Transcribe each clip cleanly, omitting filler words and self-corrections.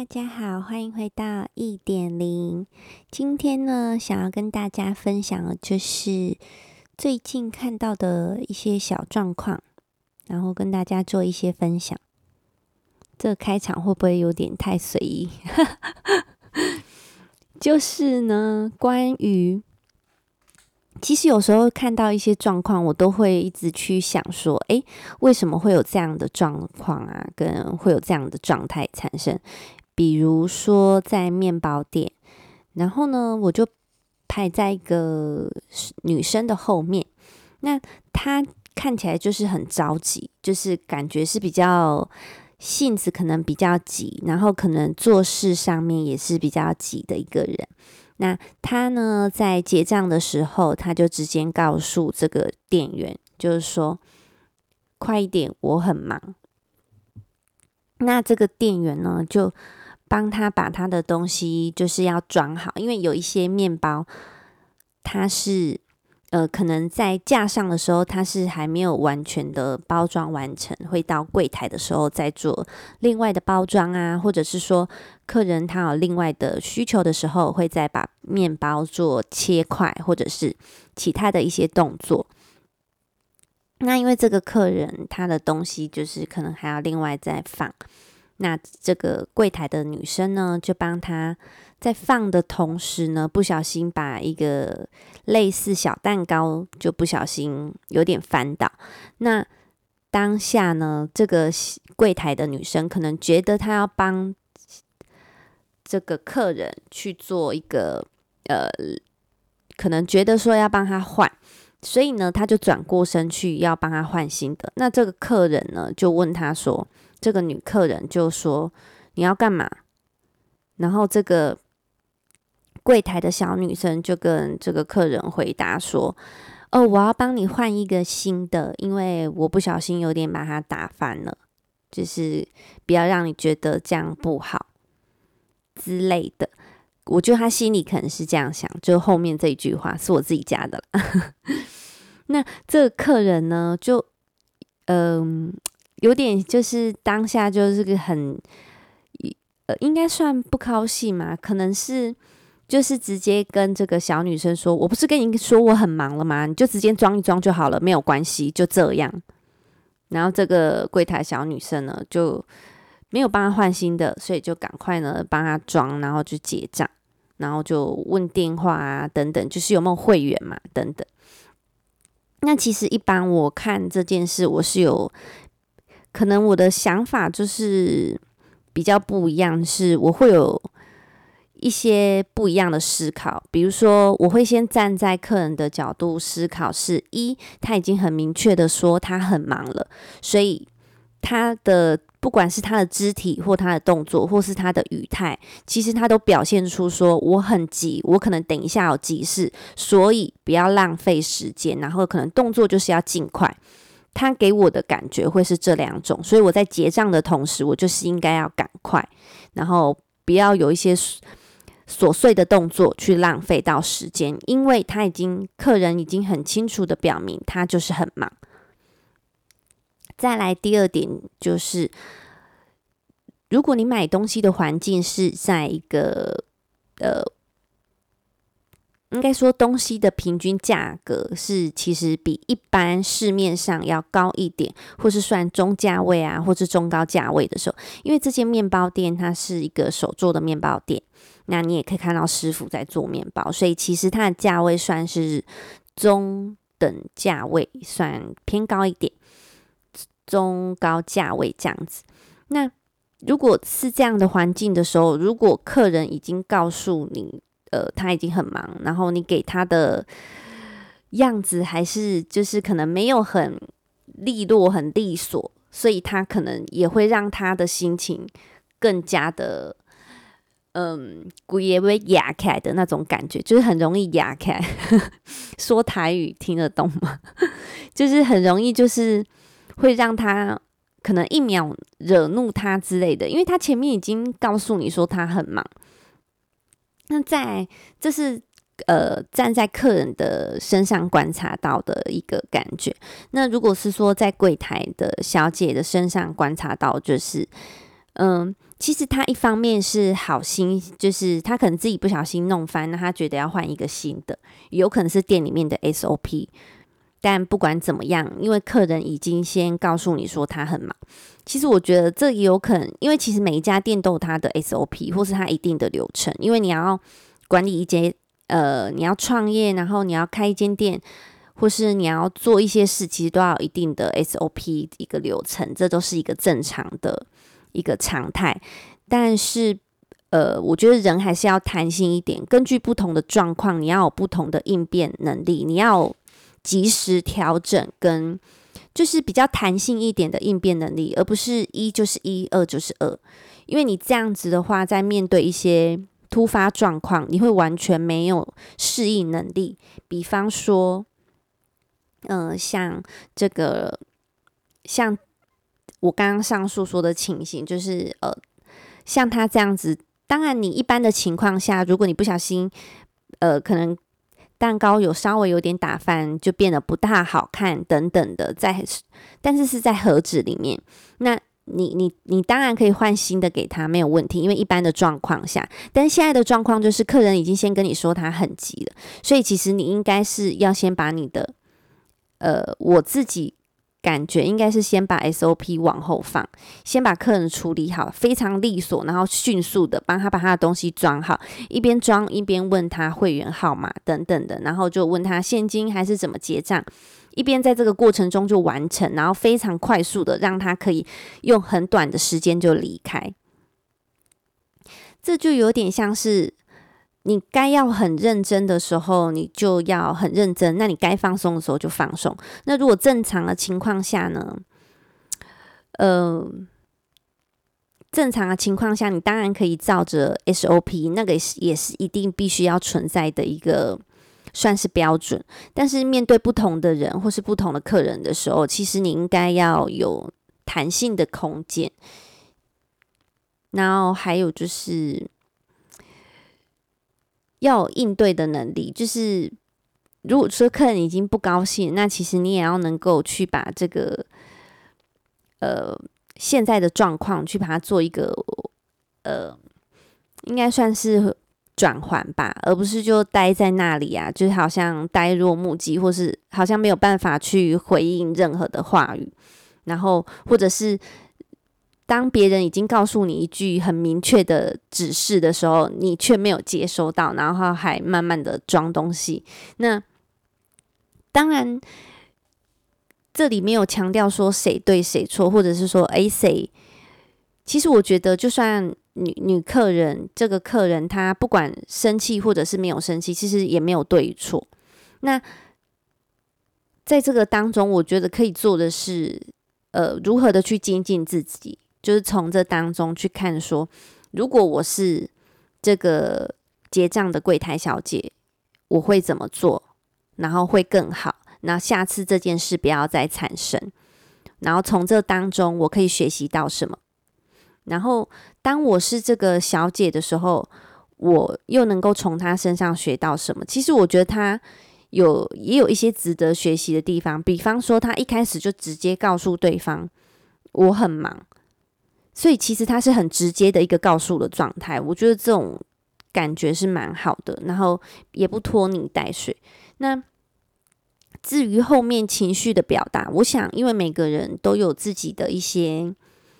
家好，欢迎回到1.0。今天呢，想要跟大家分享的就是最近看到的一些小状况，然后跟大家做一些分享。这个开场会不会有点太随意？就是呢，关于其实有时候看到一些状况，我都会一直去想说，为什么会有这样的状况啊？跟会有这样的状态产生？比如说在面包店，然后呢，我就排在一个女生的后面，那她看起来就是很着急，就是感觉是比较性子可能比较急，然后可能做事上面也是比较急的一个人。那他呢，在结账的时候，他就直接告诉这个店员，就是说快一点，我很忙。那这个店员呢，就帮他把他的东西就是要装好，因为有一些面包，它是可能在架上的时候，它是还没有完全的包装完成，会到柜台的时候再做另外的包装啊，或者是说客人他有另外的需求的时候，会再把面包做切块，或者是其他的一些动作。那因为这个客人他的东西就是可能还要另外再放，那这个柜台的女生呢，就帮他在放的同时呢，不小心把一个类似小蛋糕就不小心有点翻倒。那当下呢，这个柜台的女生可能觉得她要帮这个客人去做一个可能觉得说要帮他换，所以呢，他就转过身去要帮他换新的。那这个客人呢，就问他说，这个女客人就说你要干嘛？然后这个柜台的小女生就跟这个客人回答说，我要帮你换一个新的，因为我不小心有点把它打翻了，就是不要让你觉得这样不好之类的。我觉得他心里可能是这样想，就后面这一句话是我自己加的啦。那这个客人呢，就有点就是当下就是个很应该算不高兴嘛，可能是就是直接跟这个小女生说，我不是跟你说我很忙了吗？你就直接装一装就好了，没有关系，就这样。然后这个柜台小女生呢，就没有帮她换新的，所以就赶快呢帮她装，然后就结账，然后就问电话啊等等，就是有没有会员嘛等等。那其实一般我看这件事，我是有可能我的想法就是比较不一样，是我会有一些不一样的思考。比如说，我会先站在客人的角度思考，是他已经很明确的说他很忙了，所以他的不管是他的肢体或他的动作，或是他的语态，其实他都表现出说我很急，我可能等一下有急事，所以不要浪费时间，然后可能动作就是要尽快。他给我的感觉会是这两种，所以我在结账的同时，我就是应该要赶快，然后不要有一些琐碎的动作去浪费到时间，因为客人已经很清楚的表明他就是很忙。再来第二点就是，如果你买东西的环境是在一个应该说东西的平均价格是其实比一般市面上要高一点，或是算中价位啊，或是中高价位的时候，因为这间面包店它是一个手做的面包店，那你也可以看到师傅在做面包，所以其实它的价位算是中等价位，算偏高一点，中高价位这样子。那如果是这样的环境的时候，如果客人已经告诉你他已经很忙，然后你给他的样子还是就是可能没有很利落、很利索，所以他可能也会让他的心情更加的骨也会压起来的那种感觉，就是很容易压起来。说台语听得懂吗？就是很容易，就是会让他可能一秒惹怒他之类的，因为他前面已经告诉你说他很忙。那这是站在客人的身上观察到的一个感觉。那如果是说在柜台的小姐的身上观察到，就是其实他一方面是好心，就是他可能自己不小心弄翻，那他觉得要换一个新的，有可能是店里面的 SOP。但不管怎么样，因为客人已经先告诉你说他很忙，其实我觉得这也有可能，因为其实每一家店都有它的 SOP 或是它一定的流程，因为你要管理一间你要创业，然后你要开一间店，或是你要做一些事，其实都要有一定的 SOP 一个流程，这都是一个正常的一个常态。但是我觉得人还是要弹性一点，根据不同的状况，你要有不同的应变能力，你要有及时调整跟就是比较弹性一点的应变能力，而不是一就是一，二就是二。因为你这样子的话，在面对一些突发状况，你会完全没有适应能力。比方说，像这个，像我刚刚上述说的情形，就是像他这样子，当然你一般的情况下，如果你不小心，可能蛋糕有稍微有点打翻，就变得不大好看等等的，但是是在盒子里面，那你当然可以换新的给他，没有问题，因为一般的状况下，但是现在的状况就是客人已经先跟你说他很急了，所以其实你应该是要先把你的我自己感觉应该是先把 SOP 往后放，先把客人处理好，非常利索，然后迅速的帮他把他的东西装好，一边装一边问他会员号码等等的，然后就问他现金还是怎么结账，一边在这个过程中就完成，然后非常快速的让他可以用很短的时间就离开。这就有点像是你该要很认真的时候，你就要很认真；那你该放松的时候就放松。那如果正常的情况下呢？正常的情况下，你当然可以照着 SOP， 那个也是一定必须要存在的一个算是标准。但是面对不同的人或是不同的客人的时候，其实你应该要有弹性的空间。然后还有就是要有应对的能力，就是如果说客人已经不高兴，那其实你也要能够去把这个现在的状况去把它做一个应该算是转换吧，而不是就待在那里啊，就是好像呆若木鸡，或是好像没有办法去回应任何的话语，然后或者是当别人已经告诉你一句很明确的指示的时候，你却没有接收到，然后还慢慢的装东西。那当然，这里没有强调说谁对谁错，或者是说谁。其实我觉得，就算女客人这个客人她不管生气或者是没有生气，其实也没有对与错。那在这个当中，我觉得可以做的是，如何的去精进自己。就是从这当中去看说，如果我是这个结账的柜台小姐，我会怎么做，然后会更好，那下次这件事不要再产生，然后从这当中我可以学习到什么，然后当我是这个小姐的时候，我又能够从她身上学到什么。其实我觉得她也有一些值得学习的地方，比方说她一开始就直接告诉对方我很忙，所以其实他是很直接的一个告诉的状态，我觉得这种感觉是蛮好的，然后也不拖泥带水。那至于后面情绪的表达，我想因为每个人都有自己的一些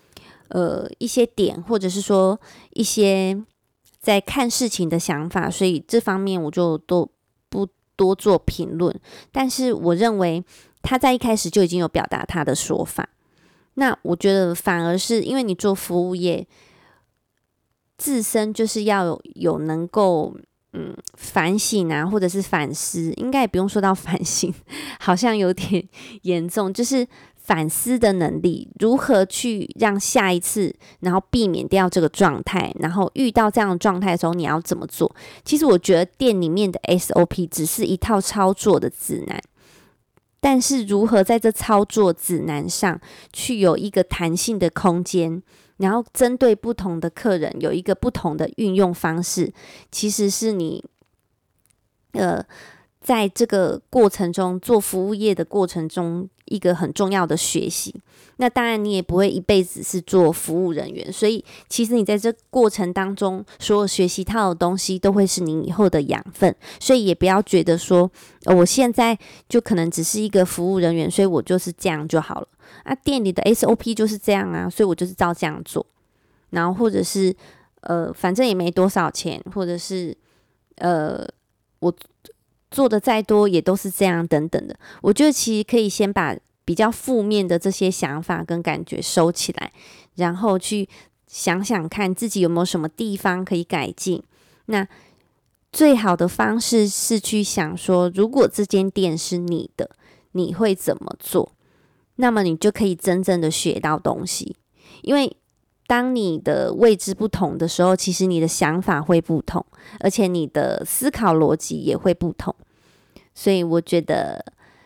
点，或者是说一些在看事情的想法，所以这方面我就都不多做评论。但是我认为他在一开始就已经有表达他的说法。那我觉得反而是因为你做服务业，自身就是要有能够反省啊，或者是反思，应该也不用说到反省，好像有点严重，就是反思的能力，如何去让下一次，然后避免掉这个状态，然后遇到这样的状态的时候，你要怎么做？其实我觉得店里面的 SOP 只是一套操作的指南。但是如何在这操作指南上去有一个弹性的空间，然后针对不同的客人有一个不同的运用方式，其实是你在这个过程中，做服务业的过程中，一个很重要的学习。那当然，你也不会一辈子是做服务人员，所以其实你在这过程当中，所有学习到的东西都会是你以后的养分。所以也不要觉得说，我现在就可能只是一个服务人员，所以我就是这样就好了。店里的 SOP 就是这样啊，所以我就是照这样做。然后或者是反正也没多少钱，或者是我做的再多也都是这样等等的。我觉得其实可以先把比较负面的这些想法跟感觉收起来，然后去想想看自己有没有什么地方可以改进。那最好的方式是去想说，如果这间店是你的，你会怎么做？那么你就可以真正的学到东西。因为当你的位置不同的时候，其实你的想法会不同，而且你的思考逻辑也会不同。所以我觉得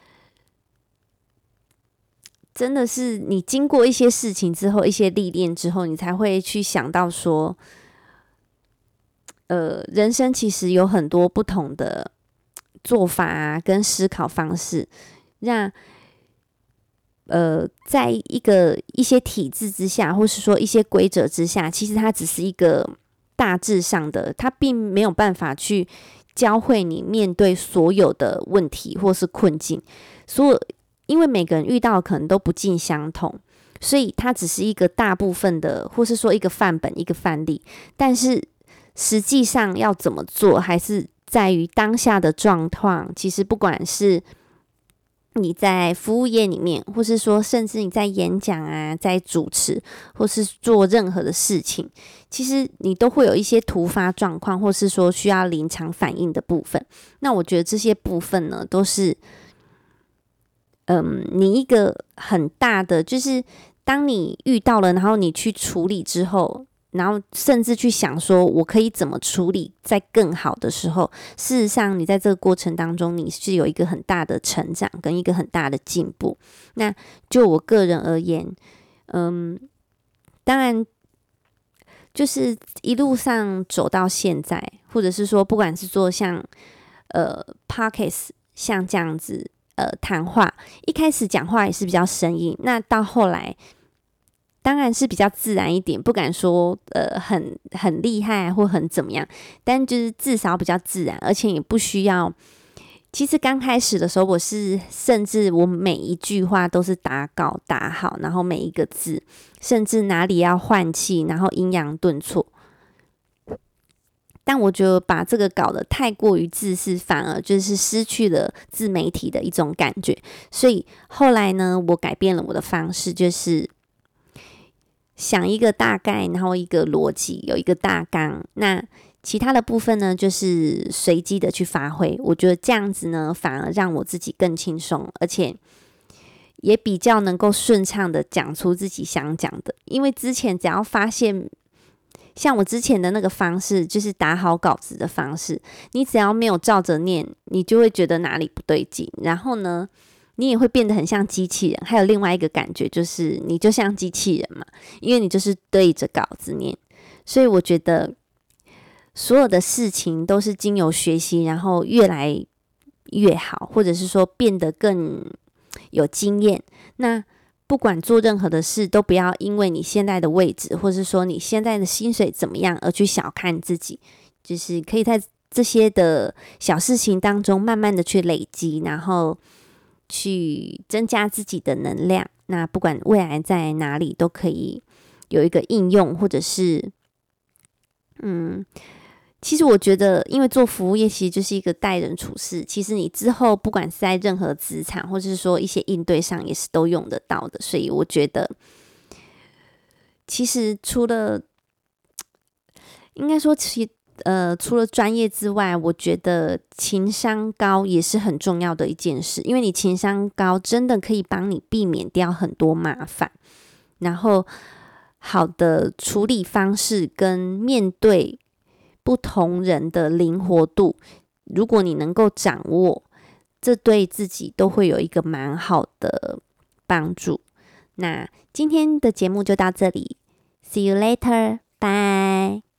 真的是你经过一些事情之后，一些历练之后，你才会去想到说，人生其实有很多不同的做法啊，跟思考方式，让在一些体制之下，或是说一些规则之下，其实它只是一个大致上的，它并没有办法去教会你面对所有的问题或是困境。因为每个人遇到的可能都不尽相同，所以它只是一个大部分的，或是说一个范本、一个范例。但是实际上要怎么做，还是在于当下的状况。其实不管是你在服务业里面，或是说甚至你在演讲啊，在主持，或是做任何的事情，其实你都会有一些突发状况，或是说需要临场反应的部分。那我觉得这些部分呢，都是你一个很大的，就是当你遇到了，然后你去处理之后，然后甚至去想说我可以怎么处理在更好的时候，事实上你在这个过程当中，你是有一个很大的成长跟一个很大的进步。那就我个人而言，当然就是一路上走到现在，或者是说不管是做像Podcast 像这样子谈话，一开始讲话也是比较生硬，那到后来当然是比较自然一点，不敢说很厉害或很怎么样，但就是至少比较自然，而且也不需要。其实刚开始的时候，甚至我每一句话都是打稿打好，然后每一个字，甚至哪里要换气，然后阴阳顿挫。但我觉得把这个搞得太过于自私，反而就是失去了自媒体的一种感觉。所以后来呢，我改变了我的方式，就是想一个大概，然后一个逻辑，有一个大纲。那其他的部分呢，就是随机的去发挥。我觉得这样子呢，反而让我自己更轻松，而且也比较能够顺畅的讲出自己想讲的。因为之前只要发现，像我之前的那个方式，就是打好稿子的方式，你只要没有照着念，你就会觉得哪里不对劲。然后呢，你也会变得很像机器人。还有另外一个感觉，就是你就像机器人嘛，因为你就是对着稿子念。所以我觉得所有的事情都是经由学习，然后越来越好，或者是说变得更有经验。那不管做任何的事，都不要因为你现在的位置，或是说你现在的薪水怎么样而去小看自己。就是可以在这些的小事情当中慢慢的去累积，然后去增加自己的能量。那不管未来在哪里都可以有一个应用，或者是其实我觉得因为做服务业其实就是一个待人处事，其实你之后不管是在任何职场，或者是说一些应对上也是都用得到的。所以我觉得其实应该说除了专业之外，我觉得情商高也是很重要的一件事。因为你情商高真的可以帮你避免掉很多麻烦，然后好的处理方式跟面对不同人的灵活度，如果你能够掌握，这对自己都会有一个蛮好的帮助。那今天的节目就到这里， See you later， bye。